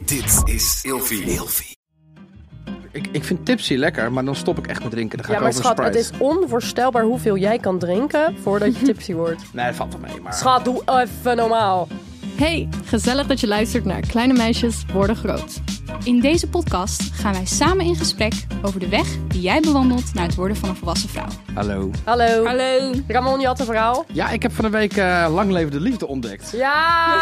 Dit is Ilfie. Ik vind tipsy lekker, maar dan stop ik echt met drinken. Dan ga Ja, ik maar over schat, Sprite. het is onvoorstelbaar hoeveel jij kan drinken voordat je tipsy wordt. Nee, dat valt wel mee. Maar... Schat, doe even normaal. Hey, gezellig dat je luistert naar Kleine Meisjes Worden Groot. In deze podcast gaan wij samen in gesprek over de weg die jij bewandelt naar het worden van een volwassen vrouw. Hallo. Hallo. Hallo. Ramon, je had een verhaal? Ja, ik heb van de week Lang Leven de Liefde ontdekt. Ja!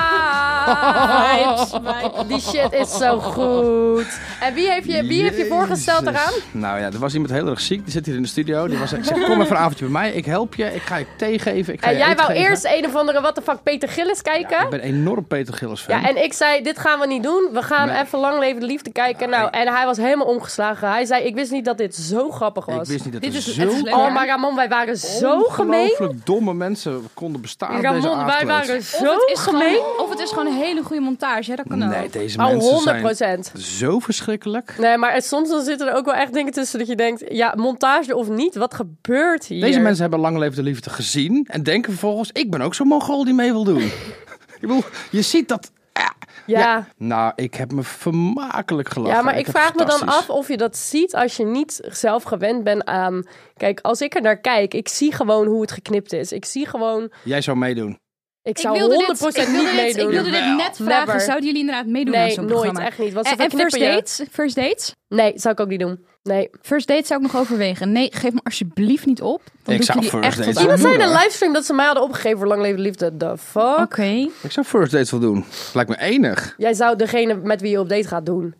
Die shit is zo goed. En wie heeft je voorgesteld Jezus. eraan? Nou ja, er was iemand heel erg ziek. Die zit hier in de studio. Ik zeg, kom even een avondje bij mij. Ik help je. Ik ga je thee geven. Ik ga En je jij eten wou geven. eerst een of andere what the fuck Peter Gillis kijken? Ik ben enorm Peter Gillis fan. Ja, en ik zei, dit gaan we niet doen. We gaan even Lang Leven de Liefde kijken. Nou, en hij was helemaal omgeslagen. Hij zei, ik wist niet dat dit zo grappig was. Ik wist niet dat Dit er is- zo het is leuk. Oh, maar Ramon, wij waren zo gemeen. ongelooflijk domme mensen konden bestaan op deze Ramon, wij aardkloot. waren zo gemeen. Of het is gewoon een hele goede montage. Ja, dat kan ook. Nee, deze Oh, mensen 100%. zijn zo verschrikkelijk. Nee, maar soms dan zitten er ook wel echt dingen tussen dat je denkt, ja, montage of niet, wat gebeurt hier? Deze mensen hebben Lang Leven de Liefde gezien en denken vervolgens, ik ben ook zo'n Mongool die mee wil doen. Ik bedoel, je ziet dat... Ja. Nou, ik heb me vermakelijk gelachen. Ja, maar ik heb vraag me dan fantastisch. af of je dat ziet als je niet zelf gewend bent aan... Kijk, als ik er naar kijk, ik zie gewoon hoe het geknipt is. Ik zie gewoon... Jij zou meedoen. Ik zou 100% niet meedoen. Ik wilde dit net vragen. Never. Zouden jullie inderdaad meedoen aan Nee, zo'n nooit. programma? Echt niet. Want ze En first verknippen je. dates? First dates? Nee, zou ik ook niet doen. Nee. First dates zou ik nog overwegen. Nee, geef me alsjeblieft niet op. Dan Ik doe zou jullie first echt dates tot aan Iemand de zei in een moeder. livestream dat ze mij hadden opgegeven voor Lang Leven de Liefde. The fuck? Oké. Ik zou first dates wel doen. Lijkt me enig. Jij zou degene met wie je op date gaat doen.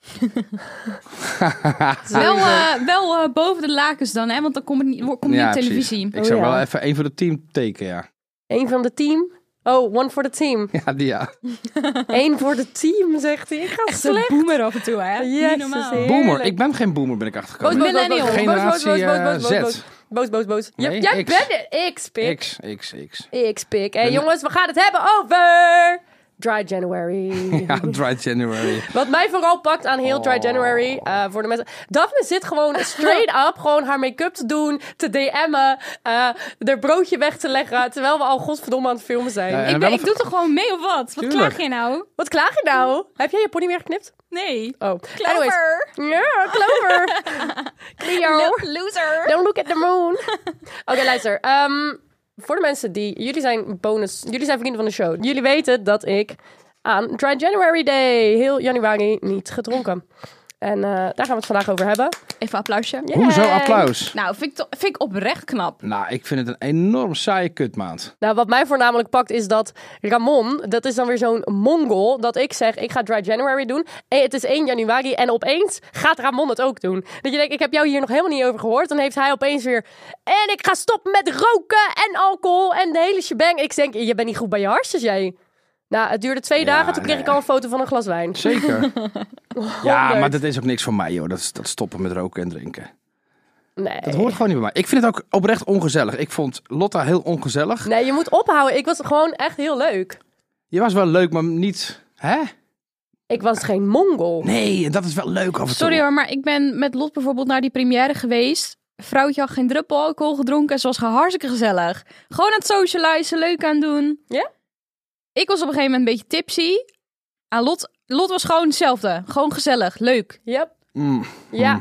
Wel boven de lakens dan, hè? Want dan kom je niet op televisie. Precies. Ik zou ja. wel even een voor het team tekenen, ja. Eén van de team. Oh, one for the team. Ja, die ja. Eén voor de team, zegt hij. Ik ga Echt een slecht. boomer af en toe, hè? Jezus, Niet normaal. heerlijk. Boomer. Ik ben geen boomer, ben ik achtergekomen. Millennial. Generatie Z. Boos. Nee, Jij X. bent een X-pik. X. X-pik. Hé jongens, we gaan het hebben over Dry January. Ja, Dry January. Wat mij vooral pakt aan heel Dry January, voor de mensen... Daphne zit gewoon straight up, gewoon haar make-up te doen, te DM'en, haar broodje weg te leggen, terwijl we al godverdomme aan het filmen zijn. Ja, en Ik doe toch gewoon mee of wat? Wat Tuurlijk. klaag je nou? Wat klaag je nou? Heb jij je pony weer geknipt? Nee. Oh. Clover. Anyways. Ja, Clover. Cleo. Loser. Don't look at the moon. Oké, luister. Voor de mensen die... Jullie zijn vrienden van de show. Jullie weten dat ik aan Dry January Day, heel januari, niet gedronken. En daar gaan we het vandaag over hebben. Even applausje. Yay. Hoezo applaus? Nou, vind ik oprecht knap. Nou, ik vind het een enorm saaie kutmaand. Nou, wat mij voornamelijk pakt is dat Ramon, dat is dan weer zo'n Mongol, dat ik zeg, ik ga Dry January doen. En het is 1 januari en opeens gaat Ramon het ook doen. Dat je denkt, ik heb jou hier nog helemaal niet over gehoord. Dan heeft hij opeens weer, en ik ga stoppen met roken en alcohol en de hele shebang. Ik denk, je bent niet goed bij je hartjes, jij. Nou, het duurde 2 dagen, toen kreeg ik al een foto van een glas wijn. Zeker. Ja, maar dat is ook niks voor mij, joh. Dat stoppen met roken en drinken. Nee. Dat hoort gewoon niet bij mij. Ik vind het ook oprecht ongezellig. Ik vond Lotta heel ongezellig. Nee, je moet ophouden. Ik was gewoon echt heel leuk. Je was wel leuk, maar niet... Hè? Ik was geen Mongol. Nee, en dat is wel leuk af en toe. Sorry hoor, maar ik ben met Lot bijvoorbeeld naar die première geweest. Vrouwtje had geen druppel alcohol gedronken. Ze was gewoon hartstikke gezellig. Gewoon aan het socializen, leuk aan doen. Ja? Ik was op een gegeven moment een beetje tipsy. Aan Lot was gewoon hetzelfde. Gewoon gezellig, leuk. Yep. Mm. Ja.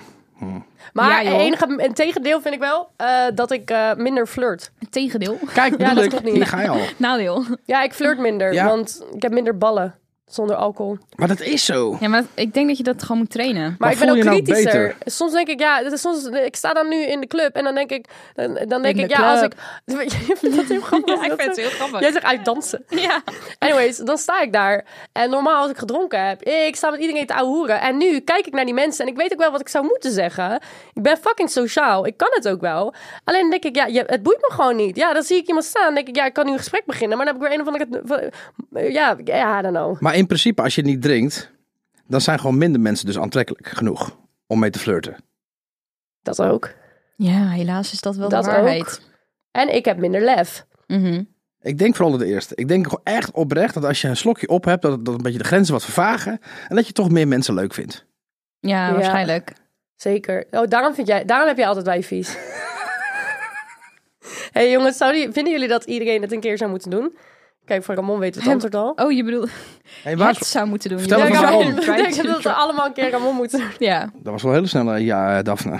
Maar Ja, joh. een tegendeel vind ik wel dat ik minder flirt. Tegendeel. Kijk, bedoel dat ik, klopt niet. hier ga je al. Nadeel. Ja, ik flirt minder, Ja. want ik heb minder ballen zonder alcohol. Maar dat is zo. Ja, maar ik denk dat je dat gewoon moet trainen. Maar Maar ik ben voel ook je nou kritischer. beter? Soms denk ik, ik sta dan nu in de club en dan denk ik, dan denk de ik, als ik... club. Je vindt dat heel grappig. heel grappig. Jij zegt uit dansen. Ja. Anyways, dan sta ik daar. En normaal als ik gedronken heb, ik sta met iedereen te ouwehoeren. En nu kijk ik naar die mensen en ik weet ook wel wat ik zou moeten zeggen. Ik ben fucking sociaal. Ik kan het ook wel. Alleen denk ik, het boeit me gewoon niet. Ja, dan zie ik iemand staan en denk ik, ik kan nu een gesprek beginnen. Maar dan heb ik weer een of andere... Ja, I don't know. Maar in principe, als je niet drinkt, dan zijn gewoon minder mensen dus aantrekkelijk genoeg om mee te flirten. Dat ook. Ja, helaas is dat wel Dat de waarheid. ook. En ik heb minder lef. Mhm. Ik denk vooral de eerste. Ik denk gewoon echt oprecht dat als je een slokje op hebt, dat een beetje de grenzen wat vervagen. En dat je toch meer mensen leuk vindt. Ja, waarschijnlijk. Zeker. Oh, daarom heb je altijd wijfies. Hey jongens, vinden jullie dat iedereen het een keer zou moeten doen? Kijk, van Ramon weet het antwoord al. Oh, je bedoelt Hey, waar het zou moeten doen. Vertel Je me zou waarom. Ik try denk to dat we allemaal een keer Ramon moeten doen. Ja. Dat was wel een hele snelle Daphne.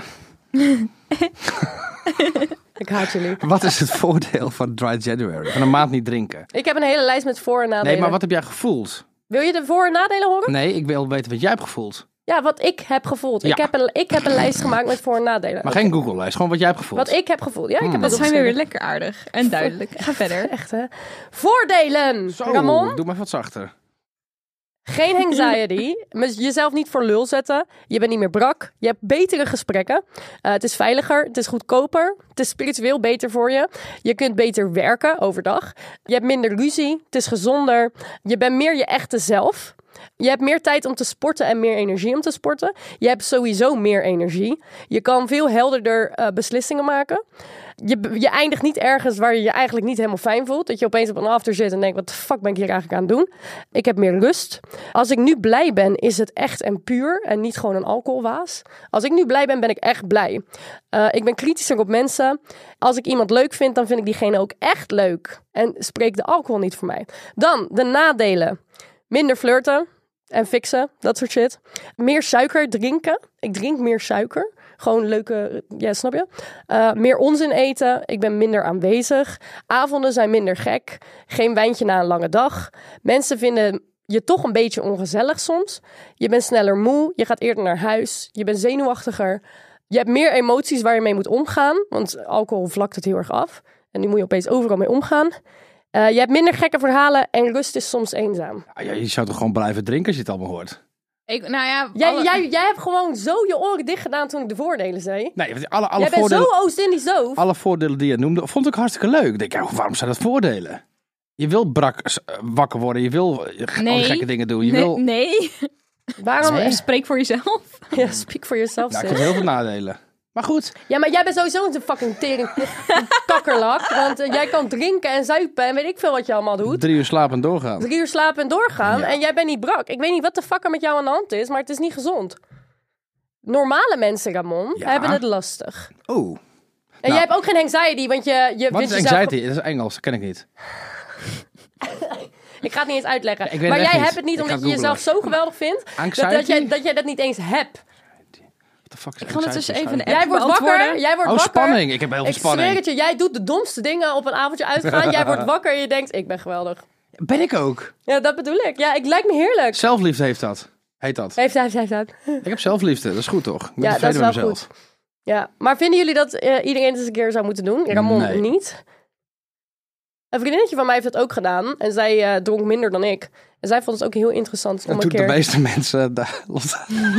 Ik haat jullie. Wat is het voordeel van Dry January? Van een maand niet drinken. Ik heb een hele lijst met voor- en nadelen. Nee, maar wat heb jij gevoeld? Wil je de voor- en nadelen horen? Nee, ik wil weten wat jij hebt gevoeld. Ja, wat ik heb gevoeld. Ja. Ik heb een lijst gemaakt met voor- en nadelen. Maar geen Google-lijst, gewoon wat jij hebt gevoeld. Wat ik heb gevoeld. Ja, ik heb Dat het zijn we weer opgeschreven. lekker aardig en duidelijk. Ga verder. Echt, hè? Voordelen! Zo, Ramon, doe maar even wat zachter. geen anxiety. Jezelf niet voor lul zetten. Je bent niet meer brak. Je hebt betere gesprekken. Het is veiliger. Het is goedkoper. Het is spiritueel beter voor je. Je kunt beter werken overdag. Je hebt minder ruzie. Het is gezonder. Je bent meer je echte zelf. Je hebt meer tijd om te sporten en meer energie om te sporten. Je hebt sowieso meer energie. Je kan veel helderder beslissingen maken. Je eindigt niet ergens waar je je eigenlijk niet helemaal fijn voelt. Dat je opeens op een after zit en denkt, wat de fuck ben ik hier eigenlijk aan het doen? Ik heb meer rust. Als ik nu blij ben, is het echt en puur en niet gewoon een alcoholwaas. Als ik nu blij ben, ben ik echt blij. Ik ben kritischer op mensen. Als ik iemand leuk vind, dan vind ik diegene ook echt leuk. En spreekt de alcohol niet voor mij. Dan de nadelen. Minder flirten en fixen, dat soort shit. Meer suiker drinken. Ik drink meer suiker. Gewoon leuke, ja, snap je? Meer onzin eten. Ik ben minder aanwezig. Avonden zijn minder gek. Geen wijntje na een lange dag. Mensen vinden je toch een beetje ongezellig soms. Je bent sneller moe. Je gaat eerder naar huis. Je bent zenuwachtiger. Je hebt meer emoties waar je mee moet omgaan. Want alcohol vlakt het heel erg af. En nu moet je opeens overal mee omgaan. Je hebt minder gekke verhalen en rust is soms eenzaam. Ja, je zou toch gewoon blijven drinken als je het allemaal hoort? Jij hebt gewoon zo je oren dicht gedaan toen ik de voordelen zei. Nee, want alle Jij bent voordelen, zo Oost-Indisch doof. alle voordelen die je noemde, vond ik hartstikke leuk. Ik denk, ja, waarom zijn dat voordelen? Je wil wakker worden, je wil gewoon gekke dingen doen. Je wil... Nee. Waarom? Spreek voor jezelf. Ja, speak for yourself. Nou, ik sis. heb heel veel nadelen. Maar goed, Ja, maar jij bent sowieso een fucking tering kakkerlak. Want jij kan drinken en zuipen en weet ik veel wat je allemaal doet. 3 uur slapen en doorgaan. 3 uur slapen en doorgaan. Ja. En jij bent niet brak. Ik weet niet wat de fuck er met jou aan de hand is, maar het is niet gezond. Normale mensen, Ramon, Ja. hebben het lastig. Oh, En jij hebt ook geen anxiety, want je wat vindt is jezelf... anxiety? Dat is Engels, dat ken ik niet. Ik ga het niet eens uitleggen. Ja, ik weet maar het echt jij niet. hebt het niet Ik omdat ga je jezelf googlen. zo geweldig vindt. Anxiety? Dat jij dat niet eens hebt. What the fuck is Ik ga ondertussen anxiety? even een Jij wordt wakker. beantwoorden. Jij wordt Oh, wakker. spanning. Ik heb heel veel Ik zweer spanning. het je, jij doet de domste dingen op een avondje uitgaan. Jij wordt wakker en je denkt, ik ben geweldig. Ben ik ook. Ja, dat bedoel ik. Ja, ik lijkt me heerlijk. Zelfliefde heeft dat. Heet dat. Heeft hij. Ik heb zelfliefde, dat is goed toch? Ik ben Ja, dat is tevreden wel met mezelf. goed. Ja, maar vinden jullie dat iedereen het eens een keer zou moeten doen? Ramon Nee. niet. Een vriendinnetje van mij heeft dat ook gedaan. En zij dronk minder dan ik. En zij vond het ook heel interessant om Dat een doet de keer... meeste mensen daar los.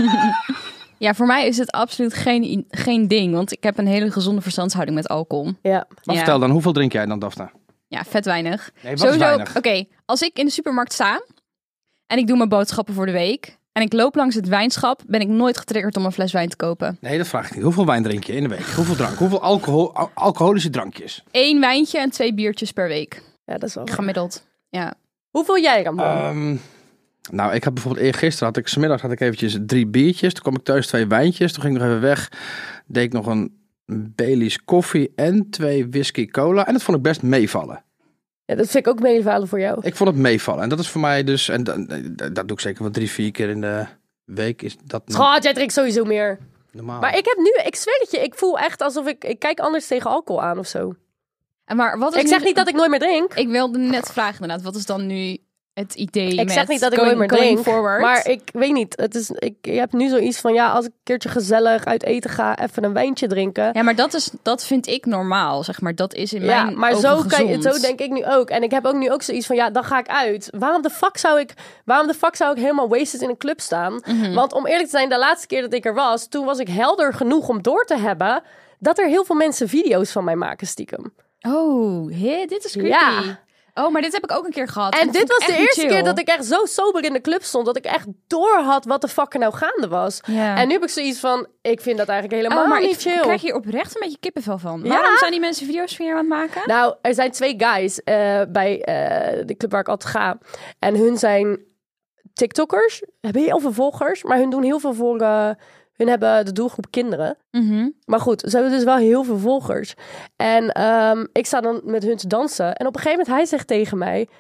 Ja, voor mij is het absoluut geen ding. Want ik heb een hele gezonde verstandshouding met alcohol. Ja. Maar Ja. vertel dan, hoeveel drink jij dan, Daphne? Ja, vet weinig. Nee, wat is weinig? Oké, als ik in de supermarkt sta en ik doe mijn boodschappen voor de week en ik loop langs het wijnschap, ben ik nooit getriggerd om een fles wijn te kopen. Nee, dat vraag ik niet. Hoeveel wijn drink je in de week? Hoeveel drank? Hoeveel alcoholische drankjes? 1 wijntje en 2 biertjes per week. Ja, dat is wel... Gemiddeld. Ja. Hoeveel jij, Ramon? Nou, ik heb bijvoorbeeld eergisteren, 's middags had ik eventjes 3 biertjes. Toen kwam ik thuis 2 wijntjes. Toen ging ik nog even weg. Deed ik nog een Baileys koffie en 2 whisky cola. En dat vond ik best meevallen. Ja, dat vind ik ook meevallen voor jou. Ik vond het meevallen. En dat is voor mij dus... En dat doe ik zeker wel 3-4 keer in de week. Is dat Schat, jij drinkt sowieso meer. normaal? Maar ik heb nu, ik zweer het je, ik voel echt alsof ik kijk anders tegen alcohol aan of zo. Maar wat is Ik nu- zeg niet dat ik nooit meer drink. Ik wilde net vragen inderdaad, wat is dan nu het idee Ik met zeg niet dat ik going- nooit meer going drink, forward? maar ik weet niet. Ik heb nu zoiets van, ja, als ik een keertje gezellig uit eten ga, even een wijntje drinken. Ja, maar dat vind ik normaal, zeg maar. Dat is in mijn Ja, maar ogen zo gezond. denk ik nu ook. En ik heb ook nu ook zoiets van, ja, dan ga ik uit. Waarom de fuck zou ik helemaal wasted in een club staan? Want om eerlijk te zijn, de laatste keer dat ik er was, toen was ik helder genoeg om door te hebben dat er heel veel mensen video's van mij maken stiekem. Oh, dit is creepy. Ja. Oh, maar dit heb ik ook een keer gehad. En dat dit vond ik was de echt niet eerste chill. keer dat ik echt zo sober in de club stond, dat ik echt door had wat de fuck er nou gaande was. Ja. En nu heb ik zoiets van, ik vind dat eigenlijk helemaal maar niet chill. ik krijg hier oprecht een beetje kippenvel van. Ja? Waarom zijn die mensen video's van jou aan het maken? Nou, er zijn 2 guys bij de club waar ik altijd ga. En hun zijn TikTokkers, hebben heel veel volgers, maar hun doen heel veel voor... hun hebben de doelgroep kinderen. Mhm. Maar goed, ze hebben dus wel heel veel volgers. En ik sta dan met hun te dansen. En op een gegeven moment, hij zegt tegen mij...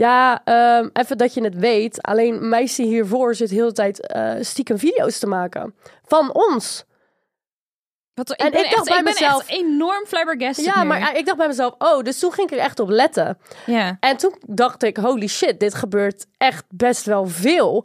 Ja, even dat je het weet. Alleen meisje hiervoor zit de hele tijd stiekem video's te maken. Van ons. Ik ben echt enorm flabbergasted Ja, nu. maar ik dacht bij mezelf, dus toen ging ik er echt op letten. Ja. En toen dacht ik, holy shit, dit gebeurt echt best wel veel.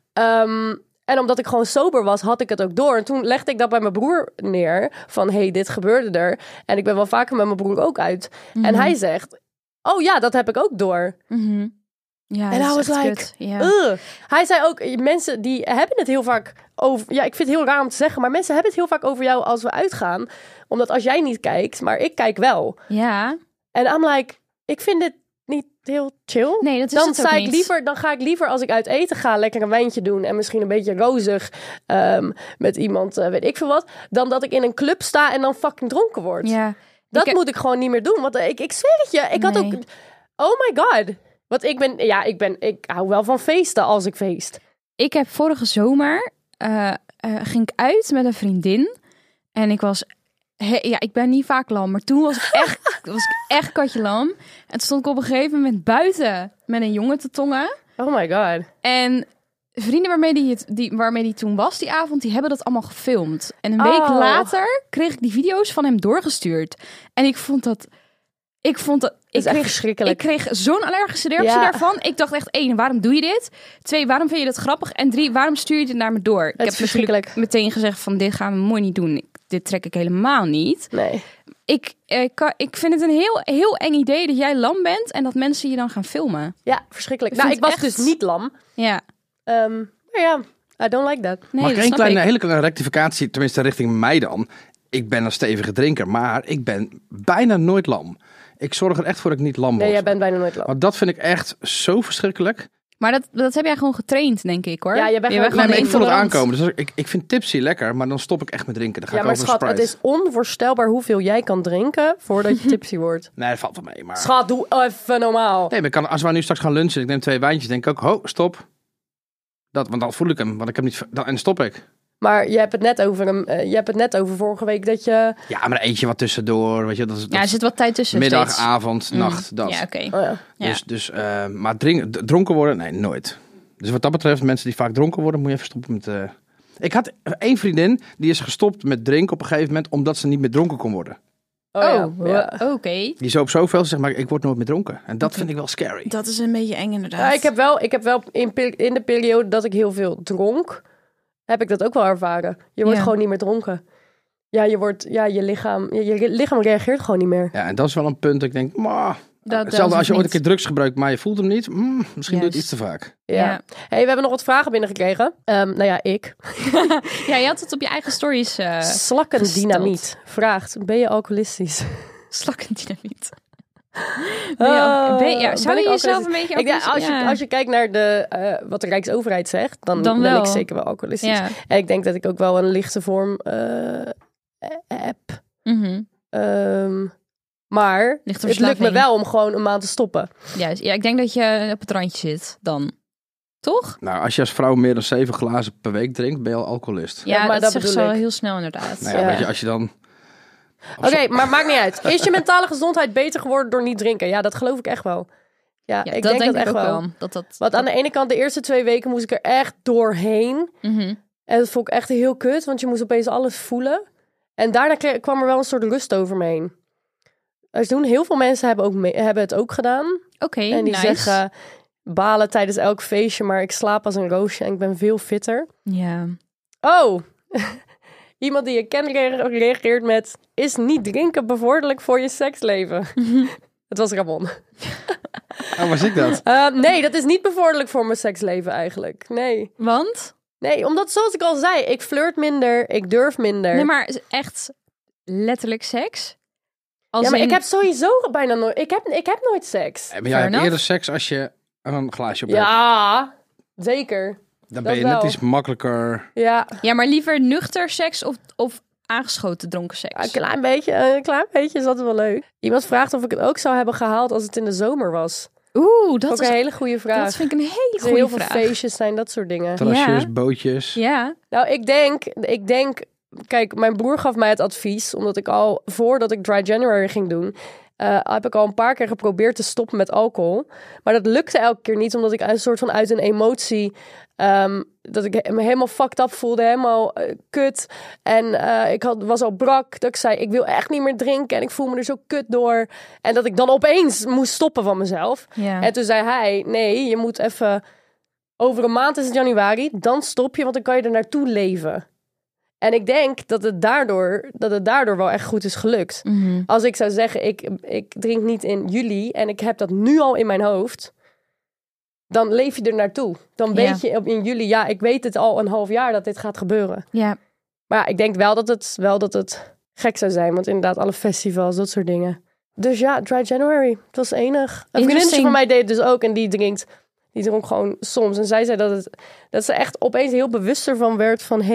En omdat ik gewoon sober was, had ik het ook door. En toen legde ik dat bij mijn broer neer. Van, hey, dit gebeurde er. En ik ben wel vaker met mijn broer ook uit. En hij zegt, oh ja, dat heb ik ook door. Ja, En hij was like, Hij zei ook, mensen die hebben het heel vaak over... Ja, ik vind het heel raar om te zeggen, maar mensen hebben het heel vaak over jou als we uitgaan. Omdat als jij niet kijkt, maar ik kijk wel. Ja. En I'm like, ik vind dit niet heel chill. Nee, dat is het ook niet. Dan ga ik liever als ik uit eten ga lekker een wijntje doen en misschien een beetje rozig met iemand, weet ik veel wat, dan dat ik in een club sta en dan fucking dronken word. Ja. Dat moet ik gewoon niet meer doen, want ik zweer het je, ik had ook, oh my god, want ik hou wel van feesten als ik feest. Ik heb vorige zomer ging ik uit met een vriendin en ik was ik ben niet vaak lam, maar toen was ik echt katje lam. En toen stond ik op een gegeven moment buiten met een jongen te tongen. Oh my god. En vrienden waarmee die toen was die avond, die hebben dat allemaal gefilmd. En een week later kreeg ik die video's van hem doorgestuurd. En ik vond dat verschrikkelijk. Ik kreeg zo'n allergische reactie daarvan. Ik dacht echt, 1, waarom doe je dit? 2, waarom vind je dit grappig? En 3, waarom stuur je dit naar me door? Ik heb natuurlijk meteen gezegd van, dit gaan we mooi niet doen. Dit trek ik helemaal niet. Nee. Ik vind het een heel, heel eng idee dat jij lam bent en dat mensen je dan gaan filmen. Ja, verschrikkelijk. Nou, ik was dus niet lam. Ja. Maar ja, I don't like that. Nee, mag ik een hele kleine rectificatie, tenminste richting mij dan? Ik ben een stevige drinker, maar ik ben bijna nooit lam. Ik zorg er echt voor dat ik niet lam word. Nee, jij bent bijna nooit lam. Want dat vind ik echt zo verschrikkelijk. Maar dat heb jij gewoon getraind, denk ik, hoor. Ja, je bent gewoon ik voel het aankomen. Dus ik vind tipsy lekker, maar dan stop ik echt met drinken. Dan ga ik over schat, Sprite. Het is onvoorstelbaar hoeveel jij kan drinken voordat je tipsy wordt. Nee, dat valt wel mee. Maar... Schat, doe even normaal. Nee, maar als we nu straks gaan lunchen, ik neem 2 wijntjes, denk ik ook, stop. Want dan voel ik hem, want ik heb niet... En stop ik. Maar je hebt het net over vorige week dat je... Ja, maar eet je wat tussendoor, weet je. Er zit wat tijd tussen. Middag, steeds. avond, nacht, dat. Ja, oké. Oh, ja. Dus, maar dronken worden, nee, nooit. Dus wat dat betreft, mensen die vaak dronken worden, moet je even stoppen met... Ik had 1 vriendin, die is gestopt met drinken op een gegeven moment, omdat ze niet meer dronken kon worden. Oké. Die zoop zoveel, zeg maar, ik word nooit meer dronken. En dat vind ik wel scary. Dat is een beetje eng, inderdaad. Ja, ik heb wel in de periode dat ik heel veel dronk, heb ik dat ook wel ervaren. Je wordt gewoon niet meer dronken. Ja, je lichaam reageert gewoon niet meer. Ja, en dat is wel een punt dat ik denk, hetzelfde als je ooit een keer drugs gebruikt, maar je voelt hem niet. Misschien doe je het iets te vaak. Ja. Hey, we hebben nog wat vragen binnengekregen. Ik. Ja, je had het op je eigen stories Slakkendynamiet vraagt, ben je alcoholistisch? Slakkendynamiet. Zou je jezelf een beetje als je kijkt naar wat de Rijksoverheid zegt, dan ben ik zeker wel alcoholistisch. Ja. En ik denk dat ik ook wel een lichte vorm heb. Maar het lukt me wel om gewoon een maand te stoppen. Juist. Ja, ik denk dat je op het randje zit dan. Toch? Nou, als je als vrouw meer dan 7 glazen per week drinkt, ben je al alcoholist. Ja, maar dat zegt zo heel snel inderdaad. Nou ja, weet je, als je dan... Oké, maar maakt niet uit. Is je mentale gezondheid beter geworden door niet drinken? Ja, dat geloof ik echt wel. Ja, ik denk dat echt wel. Want aan de ene kant, de eerste 2 weken moest ik er echt doorheen. En dat vond ik echt heel kut, want je moest opeens alles voelen. En daarna kwam er wel een soort rust over me heen. Dus toen, heel veel mensen hebben het ook gedaan. Oké, en die zeggen, balen tijdens elk feestje, maar ik slaap als een roosje en ik ben veel fitter. Ja. Oh, iemand die je kent reageert met, is niet drinken bevorderlijk voor je seksleven? Het was Ramon. Oh, was ik dat? Nee, dat is niet bevorderlijk voor mijn seksleven eigenlijk. Nee. Want? Nee, omdat zoals ik al zei, ik flirt minder, ik durf minder. Nee, maar echt letterlijk seks? Ik heb sowieso bijna nooit... Ik heb nooit seks. Maar jij hebt eerder seks als je een glaasje op hebt. Ja, zeker. Dan ben je net iets makkelijker. Ja, maar liever nuchter seks of aangeschoten dronken seks? Een klein beetje is altijd wel leuk. Iemand vraagt of ik het ook zou hebben gehaald als het in de zomer was. Dat is een hele goede vraag. Dat vind ik een hele goede heel vraag. Veel feestjes zijn dat soort dingen. Terrasjes, bootjes. Ja. Nou, ik denk... Kijk, mijn broer gaf mij het advies, omdat ik al voordat ik Dry January ging doen, heb ik al een paar keer geprobeerd te stoppen met alcohol. Maar dat lukte elke keer niet, omdat ik een soort van uit een emotie... dat ik me helemaal fucked up voelde, helemaal kut. En was al brak, dat ik zei, ik wil echt niet meer drinken. En ik voel me er zo kut door. En dat ik dan opeens moest stoppen van mezelf. Ja. En toen zei hij, nee, je moet even... Over een maand is het januari, dan stop je, want dan kan je er naartoe leven. En ik denk dat het daardoor wel echt goed is gelukt. Mhm. Als ik zou zeggen, ik drink niet in juli en ik heb dat nu al in mijn hoofd, dan leef je er naartoe. Dan weet je in juli, ja, ik weet het al een half jaar dat dit gaat gebeuren. Ja. Maar ja, ik denk wel dat het gek zou zijn, want inderdaad alle festivals, dat soort dingen. Dus ja, Dry January, dat was enig. Een vriendinnetje van mij deed het dus ook en die dronk gewoon soms. En zij zei dat ze echt opeens heel bewust ervan werd van...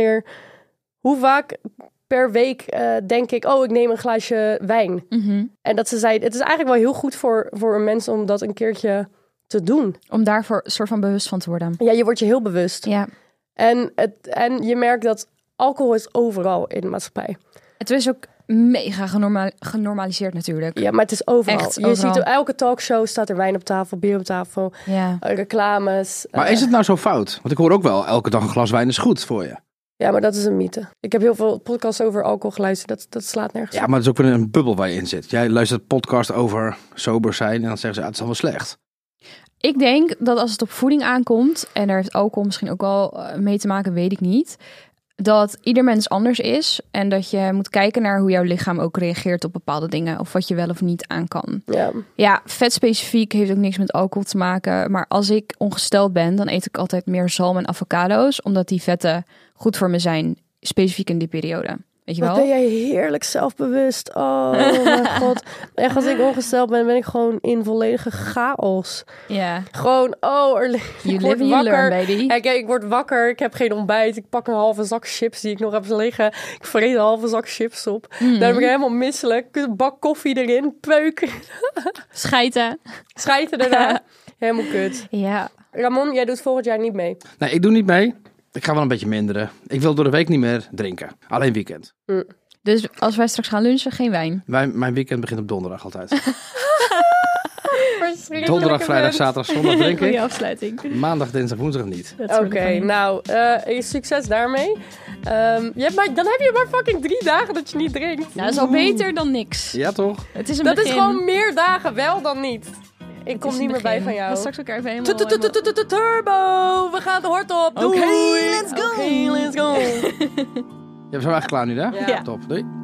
hoe vaak per week denk ik... ik neem een glaasje wijn. Mm-hmm. En dat ze zei, het is eigenlijk wel heel goed voor een mens om dat een keertje te doen. Om daarvoor een soort van bewust van te worden. Ja, je wordt je heel bewust. Ja. En je merkt dat alcohol is overal in de maatschappij. Het is ook mega genormaliseerd natuurlijk. Ja, maar het is overal. Echt je overal. ziet elke talkshow staat er wijn op tafel, bier op tafel, Ja. reclames. Maar is het nou zo fout? Want ik hoor ook wel, elke dag een glas wijn is goed voor je. Ja, maar dat is een mythe. Ik heb heel veel podcasts over alcohol geluisterd. Dat slaat nergens Ja, op. maar het is ook weer een bubbel waar je in zit. Jij luistert podcast over sober zijn en dan zeggen ze, het is al wel slecht. Ik denk dat als het op voeding aankomt, en daar heeft alcohol misschien ook wel mee te maken, weet ik niet, dat ieder mens anders is en dat je moet kijken naar hoe jouw lichaam ook reageert op bepaalde dingen of wat je wel of niet aan kan. Ja. Ja, vetspecifiek heeft ook niks met alcohol te maken, maar als ik ongesteld ben, dan eet ik altijd meer zalm en avocado's, omdat die vetten goed voor me zijn, specifiek in die periode. Weet je Wat wel? ben jij heerlijk zelfbewust. Oh mijn god. Echt, als ik ongesteld ben ik gewoon in volledige chaos. Ja. Gewoon, ik You word live and you wakker. learn, baby. Ja, kijk, ik word wakker, ik heb geen ontbijt. Ik pak een halve zak chips die ik nog heb liggen. Ik vreet een halve zak chips op. Dan ben ik helemaal misselijk. Een bak koffie erin, peuk. Schijten. Schijten erna. Helemaal kut. Ja. Ramon, jij doet volgend jaar niet mee. Nee, ik doe niet mee. Ik ga wel een beetje minderen. Ik wil door de week niet meer drinken. Alleen weekend. Dus als wij straks gaan lunchen, geen wijn. Mijn weekend begint op donderdag altijd. Verschrikkelijke Donderdag, vrijdag, mens. zaterdag, zondag drink Goeie ik. afsluiting. Maandag, dinsdag, woensdag niet. Oké, nou, succes daarmee. Dan heb je maar fucking 3 dagen dat je niet drinkt. Nou, dat is al beter dan niks. Ja, toch? Het is een Dat is begin. gewoon meer dagen wel dan niet. Ik Het kom is niet een meer bij begin. van jou. We gaan straks elkaar even helemaal... Turbo! We gaan de hort op. Doei! Oké, let's go. Oké, let's go. Ja, we zijn eigenlijk klaar nu, hè? Ja. Top, doei.